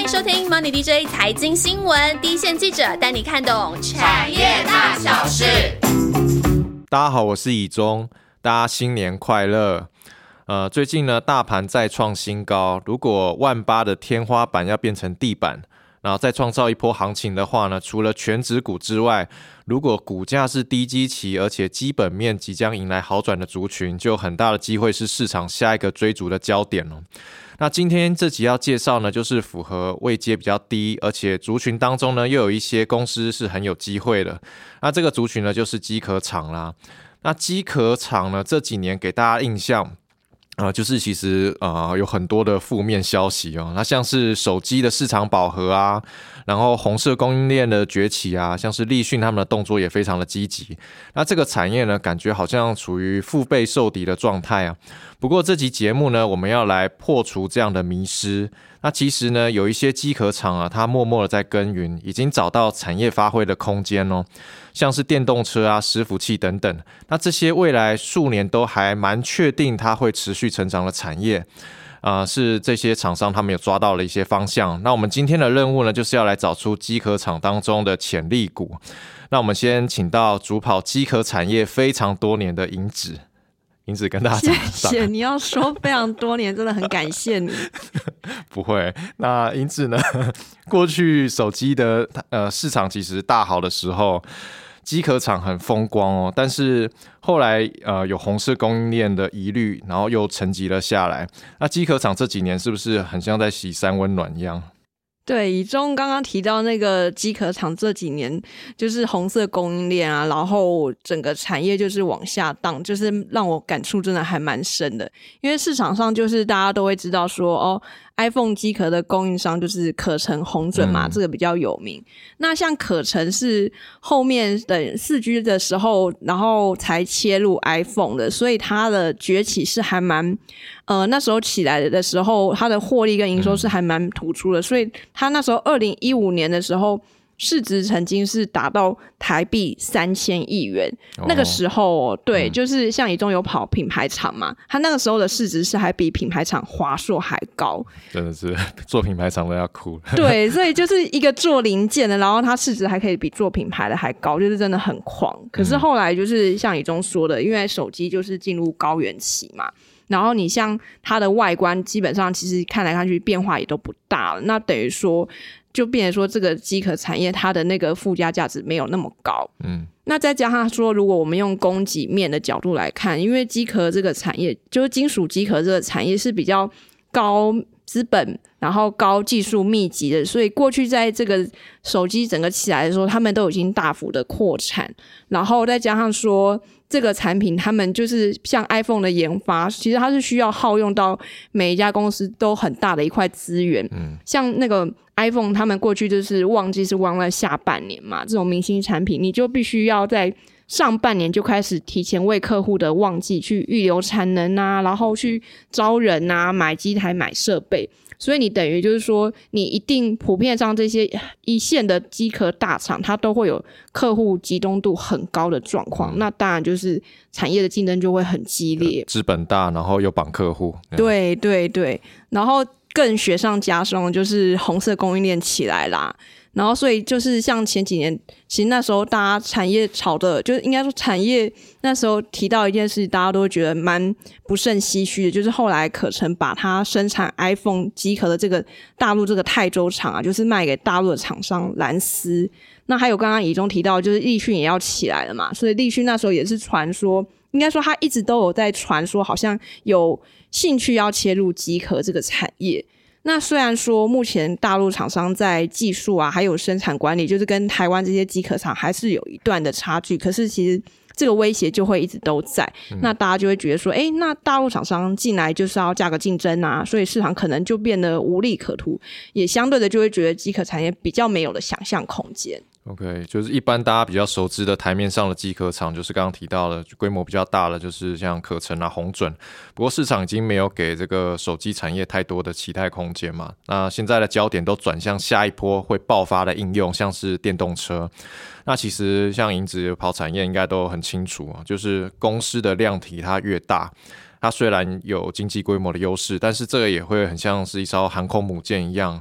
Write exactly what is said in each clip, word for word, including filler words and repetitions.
收听 Money D J 财经新闻，第一线记者带你看懂产业大小事。 大家好，我是以中，大家新年快乐。呃，最近呢，大盘再创新高，如果万八的天花板要变成地板，然后再创造一波行情的话呢，除了全指股之外，如果股价是低基期，而且基本面即将迎来好转的族群，就有很大的机会是市场下一个追逐的焦点哦。那今天这集要介绍呢，就是符合位阶比较低，而且族群当中呢又有一些公司是很有机会的。那这个族群呢就是机壳厂啦。那机壳厂呢这几年给大家印象呃，就是其实呃有很多的负面消息哦，那像是手机的市场饱和啊，然后红色供应链的崛起啊，像是立讯他们的动作也非常的积极。那这个产业呢，感觉好像处于腹背受敌的状态啊。不过这集节目呢，我们要来破除这样的迷思。那其实呢，有一些机壳厂啊，它默默的在耕耘，已经找到产业发挥的空间哦。像是电动车啊、伺服器等等，那这些未来数年都还蛮确定它会持续成长的产业，呃，是这些厂商他们有抓到了一些方向。那我们今天的任务呢，就是要来找出机壳厂当中的潜力股。那我们先请到主跑机壳产业非常多年的银子。银子跟大家讲， 谢谢你要说非常多年，真的很感谢你。 不会，那银子呢？过去手机的呃市场其实大好的时候，机壳厂很风光哦，但是后来呃有红色供应链的疑虑，然后又沉寂了下来。那机壳厂这几年是不是很像在洗三温暖一样？ 对，以中刚刚提到那个机壳厂这几年就是红色供应链啊，然后整个产业就是往下荡，就是让我感触真的还蛮深的。因为市场上就是大家都会知道说哦，iPhone 机壳的供应商就是可成、红准嘛、嗯，这个比较有名。那像可成是后面等 四 G 的时候，然后才切入 iPhone 的，所以它的崛起是还蛮呃那时候起来的时候，它的获利跟营收是还蛮突出的，所以它那时候二零一五年的时候。市值曾经是达到台币三千亿元、哦、那个时候、哦、对、嗯、就是像以中有跑品牌厂嘛，他那个时候的市值是还比品牌厂华硕还高， 真的是做品牌厂的要哭了。 对，所以就是一个做零件的，然后他市值还可以比做品牌的还高，就是真的很狂。可是后来就是像以中说的，因为手机就是进入高原期嘛，然后你像它的外观基本上其实看来看去变化也都不大了，那等于说就变成说这个机壳产业它的那个附加价值没有那么高。嗯，那再加上说如果我们用供给面的角度来看，因为机壳这个产业就是金属机壳这个产业是比较高资本然后高技术密集的，所以过去在这个手机整个起来的时候他们都已经大幅的扩产，然后再加上说这个产品他们就是像 iPhone 的研发，其实它是需要耗用到每一家公司都很大的一块资源、嗯、像那个 iPhone 他们过去就是旺季是旺在下半年嘛，这种明星产品你就必须要在上半年就开始提前为客户的旺季去预留产能啊，然后去招人啊，买机台买设备，所以你等于就是说你一定普遍上这些一线的机壳大厂它都会有客户集中度很高的状况、嗯、那当然就是产业的竞争就会很激烈， 资本大然后又绑客户， 对对对，然后更雪上加霜就是红色供应链起来啦，然后所以就是像前几年其实那时候大家产业炒的就是应该说产业那时候提到一件事大家都会觉得蛮不胜唏嘘的，就是后来可成把它生产 iPhone 机壳的这个大陆这个泰州厂啊，就是卖给大陆的厂商蓝思。那还有刚刚以中提到就是立讯也要起来了嘛，所以立讯那时候也是传说，应该说他一直都有在传说好像有兴趣要切入机壳这个产业。那虽然说目前大陆厂商在技术啊还有生产管理就是跟台湾这些机壳厂还是有一段的差距，可是其实这个威胁就会一直都在、嗯、那大家就会觉得说诶那大陆厂商进来就是要价格竞争啊，所以市场可能就变得无利可图，也相对的就会觉得机壳产业比较没有了想象空间。 OK， 就是一般大家比较熟知的台面上的机壳厂，就是刚刚提到的规模比较大的，就是像可成啊、红准。不过市场已经没有给这个手机产业太多的期待空间嘛。那现在的焦点都转向下一波会爆发的应用，像是电动车。那其实像银子跑产业应该都很清楚啊，就是公司的量体它越大，它虽然有经济规模的优势，但是这个也会很像是一艘航空母舰一样。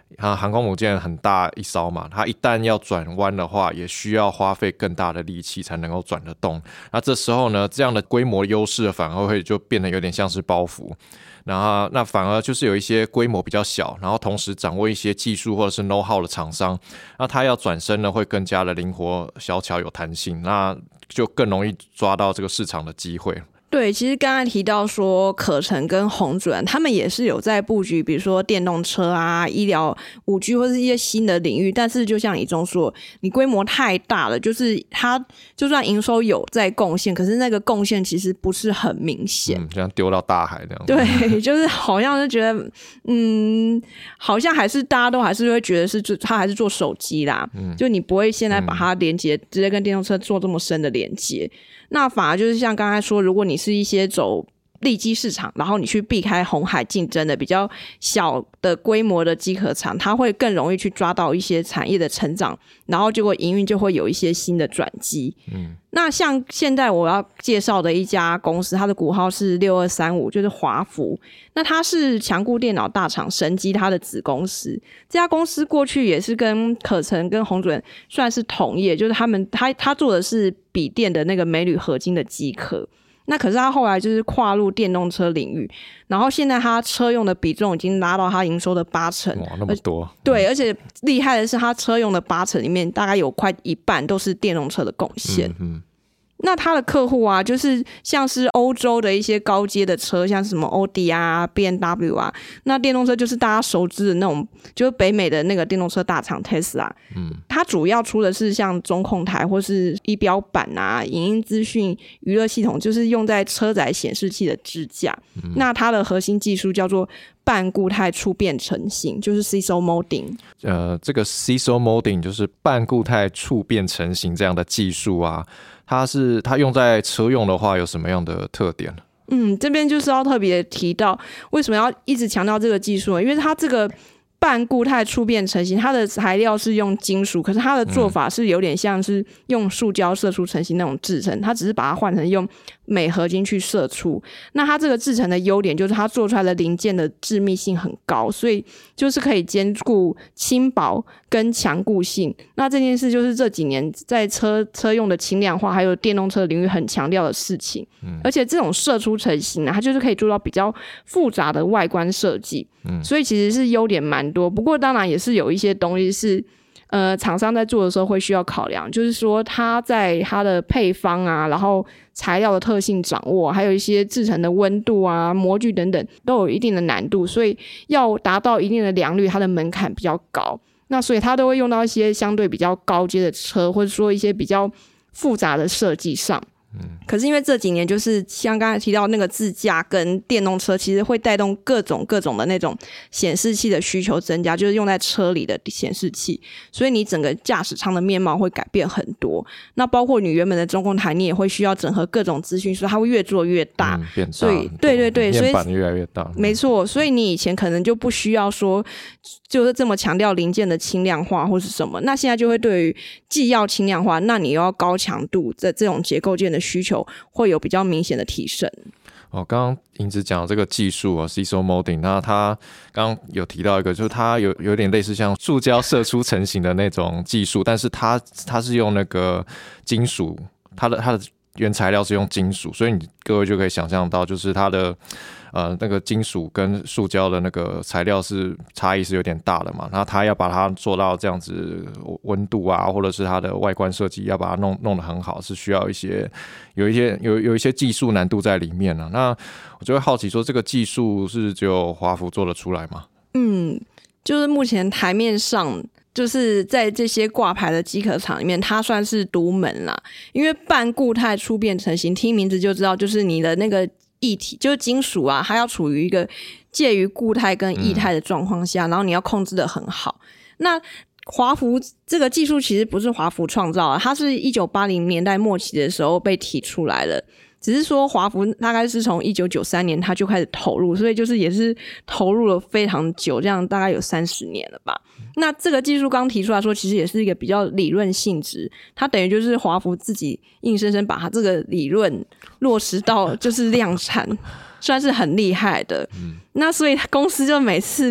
啊，航空母舰很大一艘嘛，它一旦要转弯的话，也需要花费更大的力气才能够转得动。那这时候呢，这样的规模优势反而会就变得有点像是包袱。然后那反而就是有一些规模比较小，然后同时掌握一些技术或者是 know how 的厂商，那他要转身呢会更加的灵活、小巧、有弹性，那就更容易抓到这个市场的机会。 对，其实刚才提到说可成跟鸿准他们也是有在布局，比如说电动车啊、医疗、五 G 或是一些新的领域，但是就像以中说，你规模太大了，就是它就算营收有在贡献，可是那个贡献其实不是很明显， 嗯，这样丢到大海这样。 对，就是好像是觉得，嗯，好像还是大家都还是会觉得是它还是做手机啦，嗯，就你不会现在把它连接、嗯、直接跟电动车做这么深的连接。那反而就是像刚才说，如果你是一些走利基市场，然后你去避开红海竞争的比较小的规模的机壳厂，它会更容易去抓到一些产业的成长，然后结果营运就会有一些新的转机。嗯，那像现在我要介绍的一家公司，它的股号是六二三五，就是华孚。那它是强固电脑大厂神基它的子公司，这家公司过去也是跟可成跟鸿准算是同业，就是他们他他做的是笔电的那个镁铝合金的机壳。那可是他后来就是跨入电动车领域，然后现在他车用的比重已经拉到他营收的八成。 哇，那么多！ 对，而且厉害的是他车用的八成里面大概有快一半都是电动车的贡献。嗯嗯，那他的客户啊，就是像是欧洲的一些高阶的车，像是什么欧迪啊、B M W 啊，那电动车就是大家熟知的那种，就是北美的那个电动车大厂 Tesla。嗯，它主要出的是像中控台或是仪表板啊、影音资讯、娱乐系统，就是用在车载显示器的支架。嗯、那它的核心技术叫做半固态触变成型，就是 C S O Molding。 呃，这个 C S O Molding 就是半固态触变成型这样的技术啊。它是它用在车用的话有什么样的特点？ 嗯，这边就是要特别提到为什么要一直强调这个技术呢？因为它这个半固态触变成型，它的材料是用金属，可是它的做法是有点像是用塑胶射出成型那种制成，它只是把它换成用镁合金去射出。那它这个制成的优点就是它做出来的零件的致密性很高，所以就是可以兼顾轻薄跟强固性。那这件事就是这几年在车车用的轻量化还有电动车领域很强调的事情。嗯、而且这种射出成型、啊、它就是可以做到比较复杂的外观设计。嗯、所以其实是优点蛮多，不过当然也是有一些东西是呃，厂商在做的时候会需要考量，就是说它在它的配方啊，然后材料的特性掌握，还有一些制成的温度啊、模具等等都有一定的难度，所以要达到一定的良率，它的门槛比较高。那所以它都会用到一些相对比较高阶的车，或者说一些比较复杂的设计上。可是因为这几年就是像刚才提到那个自驾跟电动车其实会带动各种各种的那种显示器的需求增加，就是用在车里的显示器，所以你整个驾驶舱的面貌会改变很多。那包括你原本的中控台你也会需要整合各种资讯，所以它会越做越大、嗯、 变大， 所以对对对， 面板越来越大， 没错。所以你以前可能就不需要说就是这么强调零件的轻量化或是什么，那现在就会对于既要轻量化，那你又要高强度在这种结构件的需求会有比较明显的提升。 哦，刚刚银子讲的这个技术啊 ，C S O Molding， 那他刚刚有提到一个，就是它有有点类似像塑胶射出成型的那种技术，但是它它是用那个金属，它的它的原材料是用金属，所以你各位就可以想象到，就是它的呃那个金属跟塑胶的那个材料是差异是有点大的嘛，那它要把它做到这样子温度啊，或者是它的外观设计要把它弄弄得很好，是需要一些有一些有有一些技术难度在里面啊。那我就会好奇说，这个技术是只有华孚做得出来吗？ 嗯，就是目前台面上。就是在这些挂牌的机壳厂里面，它算是独门啦。因为半固态触变成型，听名字就知道，就是你的那个液体，就是金属啊，它要处于一个介于固态跟液态的状况下、嗯，然后你要控制得很好。那华孚这个技术其实不是华孚创造的，它是一九八零年代末期的时候被提出来了。只是说华孚大概是从一九九三年他就开始投入，所以就是也是投入了非常久，这样大概有三十年了吧。那这个技术刚提出来说，其实也是一个比较理论性质，它等于就是华孚自己硬生生把它这个理论落实到就是量产，算是很厉害的。嗯、那所以公司就每次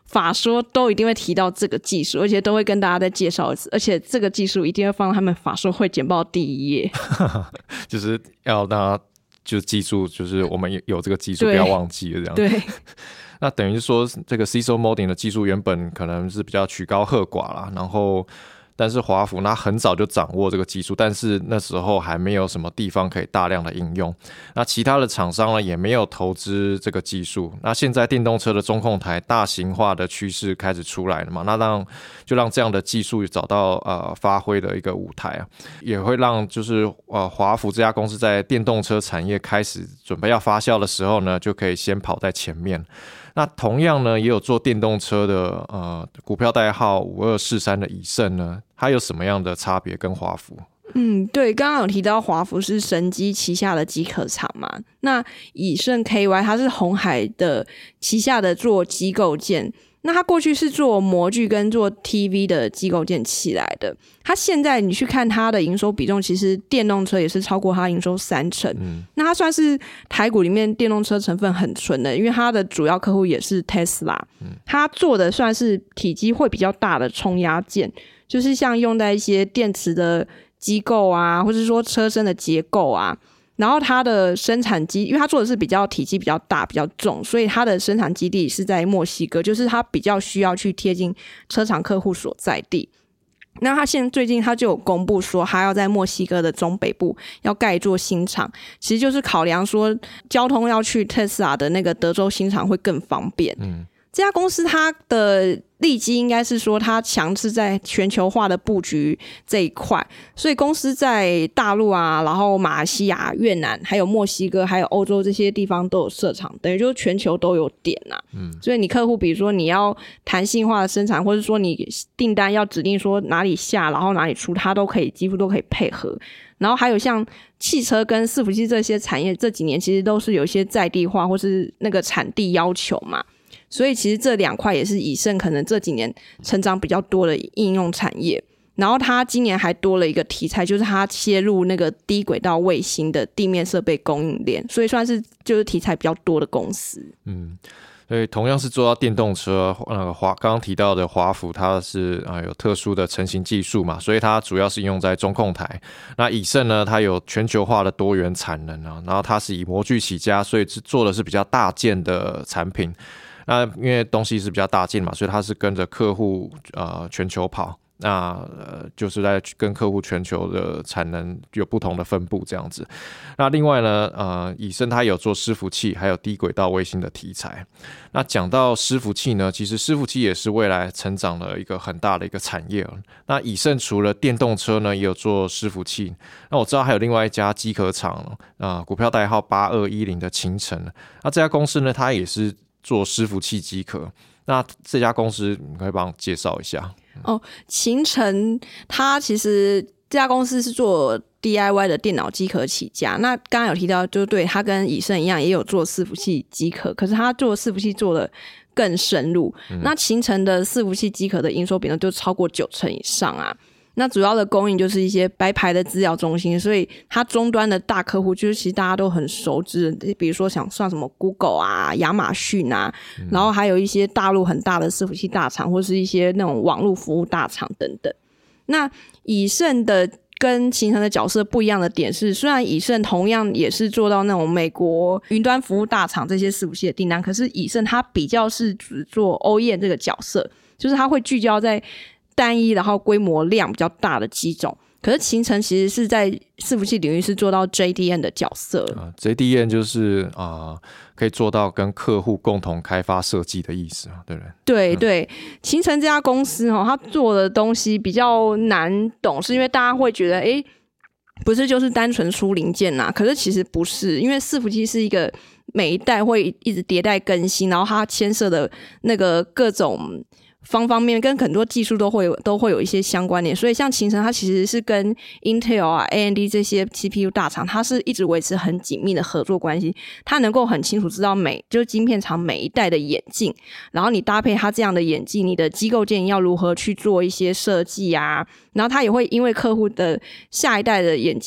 法说都一定会提到这个技术，而且都会跟大家再介绍一次，而且这个技术一定会放在他们法说会简报第一页就是要让大家就记住，就是我们有这个技术不要忘记了这样。 对， 那等于说这个 C I S O molding 的技术原本可能是比较曲高和寡啦，然后但是华孚它很早就掌握这个技术，但是那时候还没有什么地方可以大量的应用。那其他的厂商呢也没有投资这个技术。那现在电动车的中控台大型化的趋势开始出来了嘛，那让就让这样的技术找到呃发挥的一个舞台啊，也会让就是呃华孚这家公司在电动车产业开始准备要发酵的时候呢，就可以先跑在前面。那同样呢，也有做电动车的呃股票代号五二四三的以盛呢，它有什么样的差别跟华孚？ 嗯，对，刚刚有提到华孚是神基旗下的机壳厂嘛，那以盛 K Y 它是鸿海的旗下的做机构件，那它过去是做模具跟做 T V 的机构件起来的，它现在你去看它的营收比重，其实电动车也是超过它营收三成、嗯、那它算是台股里面电动车成分很纯的，因为它的主要客户也是 Tesla、嗯、它做的算是体积会比较大的冲压件，就是像用在一些电池的机构啊，或者说车身的结构啊，然后它的生产基因为它做的是比较体积比较大比较重，所以它的生产基地是在墨西哥，就是它比较需要去贴近车厂客户所在地。那他现在最近他就有公布说他要在墨西哥的中北部要盖一座新厂，其实就是考量说交通要去 Tesla 的那个德州新厂会更方便。嗯，这家公司它的利基应该是说它强势在全球化的布局这一块，所以公司在大陆啊，然后马来西亚、越南还有墨西哥还有欧洲这些地方都有设厂，等于就是全球都有点啊。嗯，所以你客户比如说你要弹性化的生产，或者说你订单要指定说哪里下然后哪里出，它都可以几乎都可以配合。然后还有像汽车跟伺服器这些产业这几年其实都是有一些在地化或是那个产地要求嘛，所以其实这两块也是以盛可能这几年成长比较多的应用产业。然后它今年还多了一个题材，就是它切入那个低轨道卫星的地面设备供应链，所以算是就是题材比较多的公司。 嗯，所以同样是做到电动车，呃，华刚刚提到的华孚，它是啊、呃、有特殊的成型技术嘛，所以它主要是应用在中控台。那以盛呢，它有全球化的多元产能啊，然后它是以模具起家，所以做的是比较大件的产品。那因为东西是比较大件嘛，所以它是跟着客户呃全球跑。那呃，就是在跟客户全球的产能有不同的分布这样子。那另外呢，呃，以盛它有做伺服器，还有低轨道卫星的题材。那讲到伺服器呢，其实伺服器也是未来成长的一个很大的一个产业。那以盛除了电动车呢，也有做伺服器。那我知道还有另外一家机壳厂啊、呃，股票代号八二一零的勤诚。那这家公司呢，它也是做伺服器机壳。那这家公司你可以帮我介绍一下？ 哦，勤诚它其实这家公司是做 D I Y 的电脑机壳起家。那刚刚有提到，就对它跟以盛一样，也有做伺服器机壳，可是它做伺服器做的更深入。嗯、那勤诚的伺服器机壳的营收比呢，就超过九成以上啊。那主要的供应就是一些白牌的资料中心，所以它终端的大客户就是其实大家都很熟知，比如说想算什么 Google 啊、亚马逊啊、嗯，然后还有一些大陆很大的伺服器大厂，或是一些那种网络服务大厂等等。那以盛的跟勤诚的角色不一样的点是，虽然以盛同样也是做到那种美国云端服务大厂这些伺服器的订单，可是以盛它比较是只做 O E M 这个角色，就是它会聚焦在单一然后规模量比较大的机种，可是勤诚其实是在伺服器领域是做到 J D N 的角色、 呃、J D N 就是啊、呃，可以做到跟客户共同开发设计的意思，对不对？ 对对，勤诚这家公司哦，它做的东西比较难懂，是因为大家会觉得哎，不是就是单纯出零件啊，可是其实不是，因为伺服器是一个每一代会一直迭代更新，然后它牵涉的那个各种方方面面跟很多技术都会有都会有一些相关联，所以像勤诚它其实是跟 Intel 啊 A M D 这些 C P U 大厂它是一直维持很紧密的合作关系，它能够很清楚知道每就是晶片厂每一代的演进，然后你搭配它这样的演进，你的机构件要如何去做一些设计啊，然后它也会因为客户的下一代的演进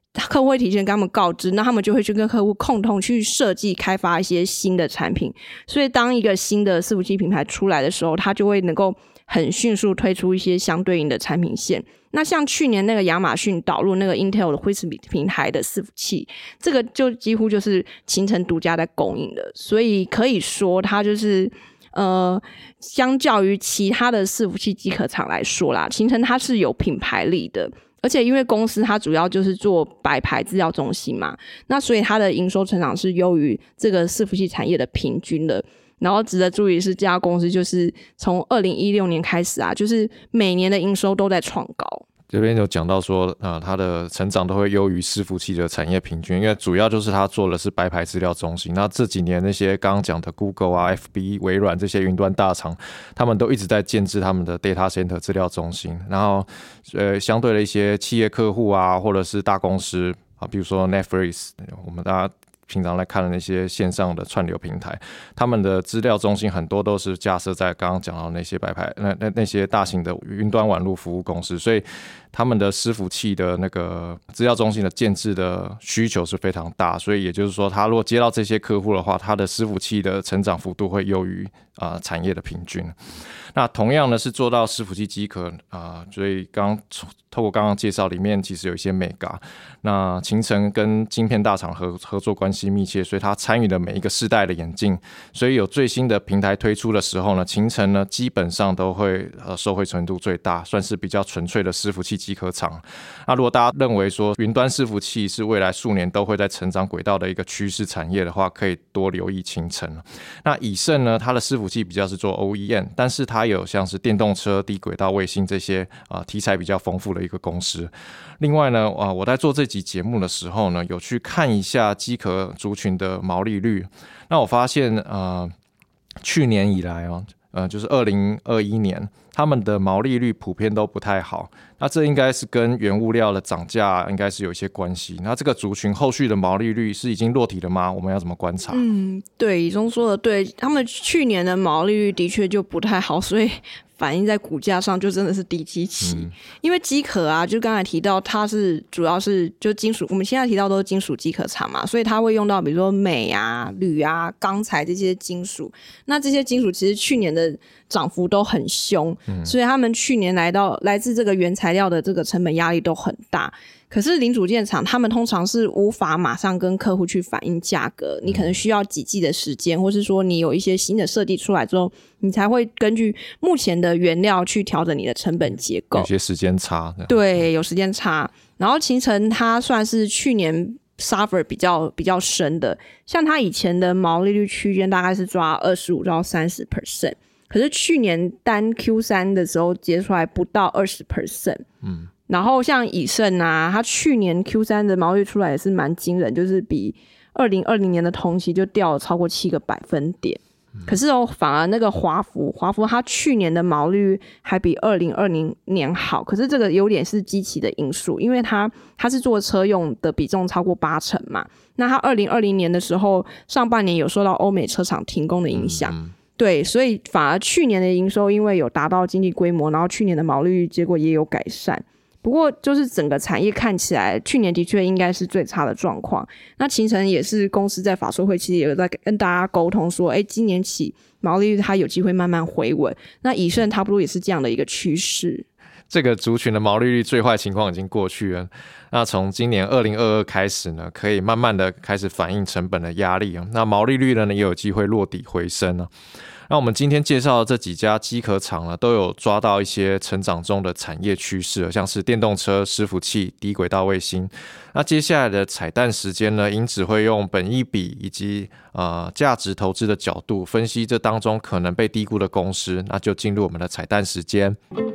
客户会提前跟他们告知，那他们就会去跟客户共同去设计开发一些新的产品，所以当一个新的伺服器品牌出来的时候，它就会能够很迅速推出一些相对应的产品线。那像去年那个亚马逊导入那个 Intel 的 W I S P 平台的伺服器，这个就几乎就是勤诚独家在供应的，所以可以说它就是呃，相较于其他的伺服器机壳厂来说啦，勤诚它是有品牌力的，而且因为公司它主要就是做白牌资料中心嘛，那所以它的营收成长是优于这个伺服器产业的平均的。然后值得注意是这家公司就是从二零一六年开始啊，就是每年的营收都在创高。 这边有讲到说呃，它的成长都会优于伺服器的产业平均，因为主要就是它做的是白牌资料中心。那这几年那些刚刚讲的 Google 啊 F B 微软这些云端大厂，他们都一直在建制他们的 data center 资料中心，然后呃，相对的一些企业客户啊或者是大公司啊，比如说 Netflix， 我们大家平常来看的那些线上的串流平台，他们的资料中心很多都是架设在刚刚讲到那些白牌那那那些大型的云端网络服务公司，所以他们的伺服器的那个资料中心的建制的需求是非常大，所以也就是说，他如果接到这些客户的话，他的伺服器的成长幅度会优于啊、呃、产业的平均。那同样呢是做到伺服器机壳啊、呃，所以刚透过刚刚介绍里面其实有一些 mega， 那勤诚跟晶片大厂合合作关系密切，所以他参与了每一个世代的演进，所以有最新的平台推出的时候呢，勤诚呢基本上都会呃受惠程度最大，算是比较纯粹的伺服器机壳厂。那如果大家认为说云端伺服器是未来数年都会在成长轨道的一个趋势产业的话，可以多留意勤诚。那以盛呢，它的伺服器比较是做 O E M， 但是它有像是电动车、低轨道卫星这些、呃、题材比较丰富的一个公司。另外呢、呃、我在做这集节目的时候呢，有去看一下机壳族群的毛利率。那我发现呃，去年以来哦，呃，就是二零二一年，他们的毛利率普遍都不太好。那这应该是跟原物料的涨价应该是有一些关系。那这个族群后续的毛利率是已经落底了吗？我们要怎么观察？ 嗯，对，以中说的对，他们去年的毛利率的确就不太好，所以反映在股价上就真的是低基期、嗯、因为机壳啊，就刚才提到它是主要是就金属，我们现在提到都是金属机壳厂嘛，所以它会用到比如说镁啊、铝啊、钢材这些金属。那这些金属其实去年的涨幅都很凶、嗯、所以他们去年来到来自这个原材料的这个成本压力都很大。可是零组件厂他们通常是无法马上跟客户去反映价格，你可能需要几季的时间，或是说你有一些新的设计出来之后，你才会根据目前的原料去调整你的成本结构， 有些时间差。 对，有时间差。然后勤诚它算是去年 suffer 比较比较深的，像它以前的毛利率区间大概是抓二十五到百分之三十， 可是去年单 Q 三 的时候接出来不到 百分之二十。 嗯，然后像以盛啊，它去年 Q 三 的毛利出来也是蛮惊人，就是比二零二零年的同期就掉了超过七个百分点。嗯、可是哦，反而那个华孚，华孚它去年的毛利率还比二零二零年好，可是这个有点是基期的因素，因为它它是做车用的比重超过八成嘛。那它二零二零年的时候，上半年有受到欧美车厂停工的影响。嗯嗯，对，所以反而去年的营收因为有达到经济规模，然后去年的毛利率结果也有改善。不过就是整个产业看起来去年的确应该是最差的状况。那勤诚也是公司在法说会其实也有在跟大家沟通说，哎，今年起毛利率它有机会慢慢回稳。那以盛差不多也是这样的一个趋势。 这个族群的毛利率最坏情况已经过去了，那从今年二零二二开始呢，可以慢慢的开始反映成本的压力，那毛利率呢也有机会落底回升。那我们今天介绍的这几家机壳厂呢，都有抓到一些成长中的产业趋势，像是电动车、伺服器、低轨道卫星。那接下来的彩蛋时间呢，因只会用本益比以及呃价值投资的角度分析这当中可能被低估的公司，那就进入我们的彩蛋时间。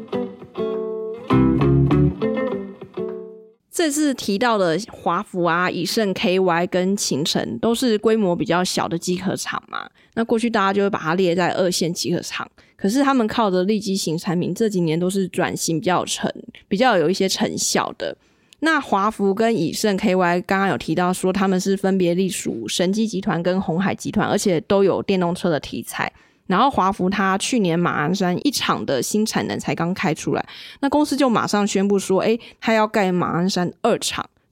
这次提到的华孚啊、以盛 K Y 跟勤诚都是规模比较小的机壳厂嘛，那过去大家就会把它列在二线机壳厂，可是他们靠着利基型产品这几年都是转型比较有成比较有一些成效的。那华孚跟以盛 K Y 刚刚有提到说他们是分别隶属神基集团跟鸿海集团，而且都有电动车的题材。然后华孚它去年马鞍山一厂的新产能才刚开出来，那公司就马上宣布说，诶，它要盖马鞍山二厂，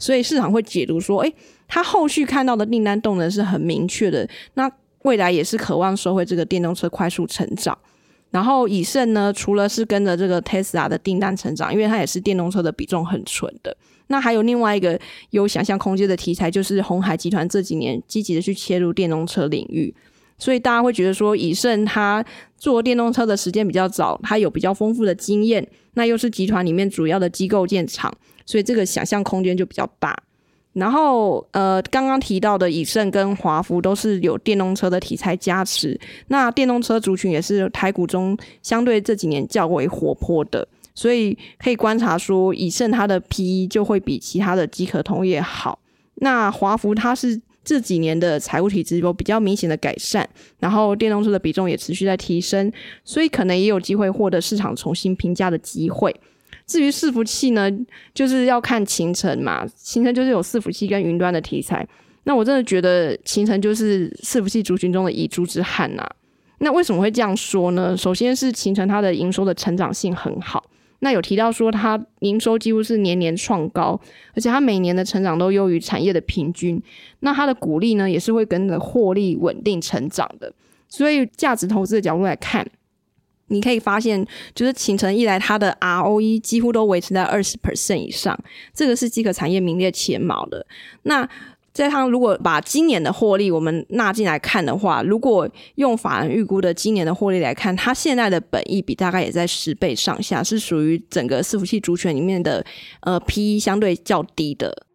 所以市场会解读说，诶，他后续看到的订单动能是很明确的，那未来也是渴望收回这个电动车快速成长。然后以盛呢，除了是跟着这个 Tesla 的订单成长，因为它也是电动车的比重很纯的，那还有另外一个有想象空间的题材，就是鸿海集团这几年积极的去切入电动车领域，所以大家会觉得说以盛他做电动车的时间比较早，他有比较丰富的经验，那又是集团里面主要的机构建厂，所以这个想象空间就比较大。然后呃，刚刚提到的以盛跟华孚都是有电动车的题材加持，那电动车族群也是台股中相对这几年较为活泼的，所以可以观察说以盛它的 P E 就会比其他的机壳同业好。那华孚它是这几年的财务体质有比较明显的改善，然后电动车的比重也持续在提升，所以可能也有机会获得市场重新评价的机会。至于伺服器呢，就是要看勤诚嘛，勤诚就是有伺服器跟云端的题材，那我真的觉得勤诚就是伺服器族群中的遗珠之憾啊。那为什么会这样说呢？首先是勤诚它的营收的成长性很好，那有提到说它营收几乎是年年创高，而且它每年的成长都优于产业的平均，那它的股利呢也是会跟着获利稳定成长的，所以价值投资的角度来看，你可以发现就是勤诚一来它的 R O E 几乎都维持在 百分之二十 以上，这个是机壳产业名列前茅的。那在它如果把今年的获利我们纳进来看的话，如果用法人预估的今年的获利来看，它现在的本益比大概也在十倍上下，是属于整个伺服器族群里面的呃 P E 相对较低的。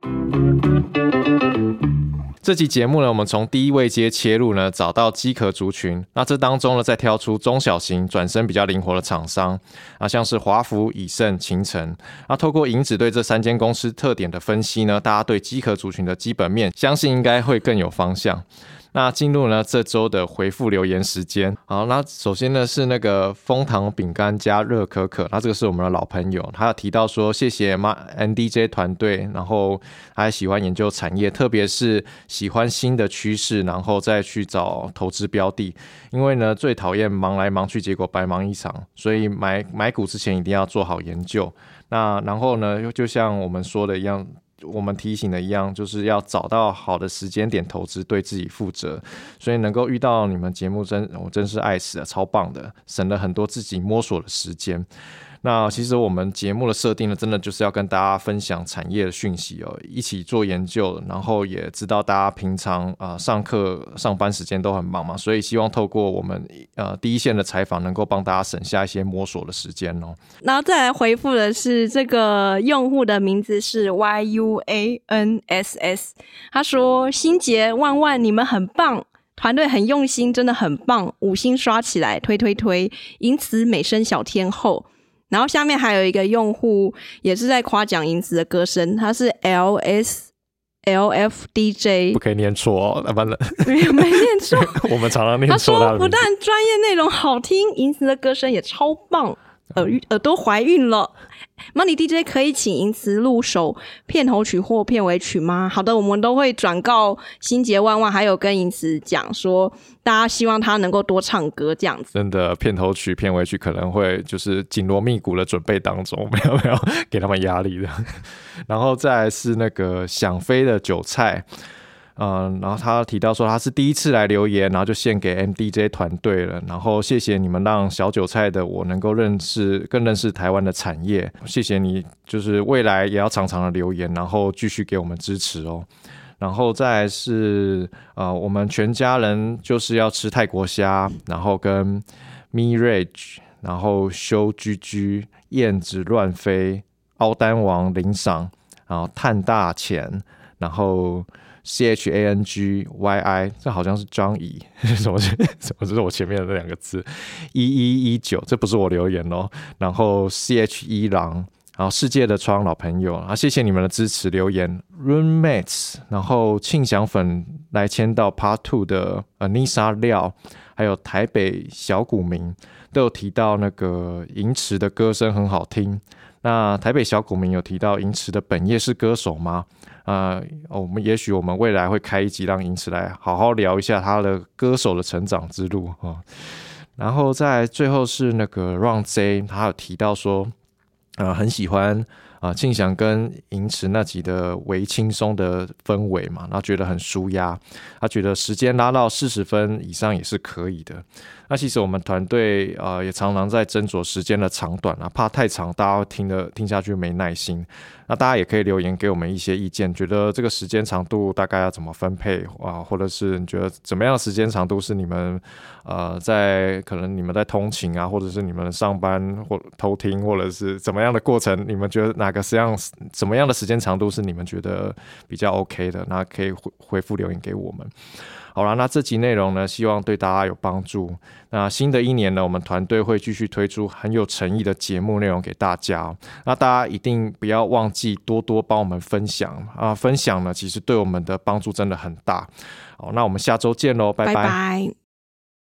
这期节目呢，我们从第一位阶切入呢，找到机壳族群。那这当中呢，再挑出中小型转身比较灵活的厂商啊，像是华孚、以盛、勤诚。那透过银子对这三间公司特点的分析呢，大家对机壳族群的基本面，相信应该会更有方向。那进入呢这周的回复留言时间。好，那首先呢是那个枫糖饼干加热可可，那这个是我们的老朋友，他有提到说谢谢 N D J 团队，然后他还喜欢研究产业，特别是喜欢新的趋势，然后再去找投资标的。因为呢最讨厌忙来忙去，结果白忙一场，所以买买股之前一定要做好研究。那然后呢就像我们说的一样，我们提醒的一样，就是要找到好的时间点投资，对自己负责。所以能够遇到你们节目真我真是爱死了，超棒的，省了很多自己摸索的时间。那其实我们节目的设定呢，真的就是要跟大家分享产业的讯息哦，一起做研究，然后也知道大家平常、呃、上课上班时间都很忙嘛，所以希望透过我们、呃、第一线的采访，能够帮大家省下一些摸索的时间哦。 然后再来回复的是这个用户的名字是 Y U A N S S， 他说心杰万万你们很棒，团队很用心，真的很棒，五星刷起来，推推推，银词美声小天后。然后下面还有一个用户也是在夸奖银词的歌声，他是 L S L F D J， 不可以念错哦，不然没有没念错我们常常念错他的名字。他说不但专业内容好听，银词的歌声也超棒，耳耳朵怀孕了。Money D J 可以请银词入手片头曲或片尾曲吗？好的，我们都会转告心杰万万，还有跟银词讲说，大家希望他能够多唱歌这样子。 真的，片头曲、片尾曲可能会就是紧锣密鼓的准备当中，没有没有给他们压力的。然后再来是那个想飞的韭菜。嗯，然后他提到说他是第一次来留言，然后就献给 M D J 团队了，然后谢谢你们让小韭菜的我能够认识更认识台湾的产业，谢谢你，就是未来也要常常的留言，然后继续给我们支持哦。然后再来是呃，我们全家人就是要吃泰国虾，然后跟 Mirage， 然后修居居、燕子乱飞、凹丹王领赏，然后探大钱，然后C H A N G Y I， 这好像是张怡，什么？什么？这是我前面的那两个字，一一一九，这不是我留言哦。然后 C H 一郎，然后世界的窗老朋友，啊，谢谢你们的支持留言 ，Roommates， 然后庆祥粉来签到 Part 二 的 Anissa 廖，还有台北小股民都有提到那个银池的歌声很好听。那台北小股民有提到银池的本业是歌手吗？呃，我们也许我们未来会开一集让银池来好好聊一下他的歌手的成长之路、哦、然后再来最后是那个 Ron J， 他有提到说，呃，很喜欢啊，庆祥跟银池那集的微轻松的氛围嘛，然后觉得很舒压，他觉得时间拉到四十分以上也是可以的。那其实我们团队呃也常常在斟酌时间的长短啊，怕太长大家听了听下去没耐心。那大家也可以留言给我们一些意见，觉得这个时间长度大概要怎么分配啊，或者是你觉得怎么样的时间长度是你们呃在可能你们在通勤啊，或者是你们上班或偷听，或者是怎么样的过程，你们觉得哪个实际上怎么样的时间长度是你们觉得比较 OK 的，那可以回回复留言给我们。好啦，那这集内容呢，希望对大家有帮助。那新的一年呢，我们团队会继续推出很有诚意的节目内容给大家哦。那大家一定不要忘记多多帮我们分享啊！分享呢，其实对我们的帮助真的很大。好，那我们下周见喽，拜拜。 拜拜。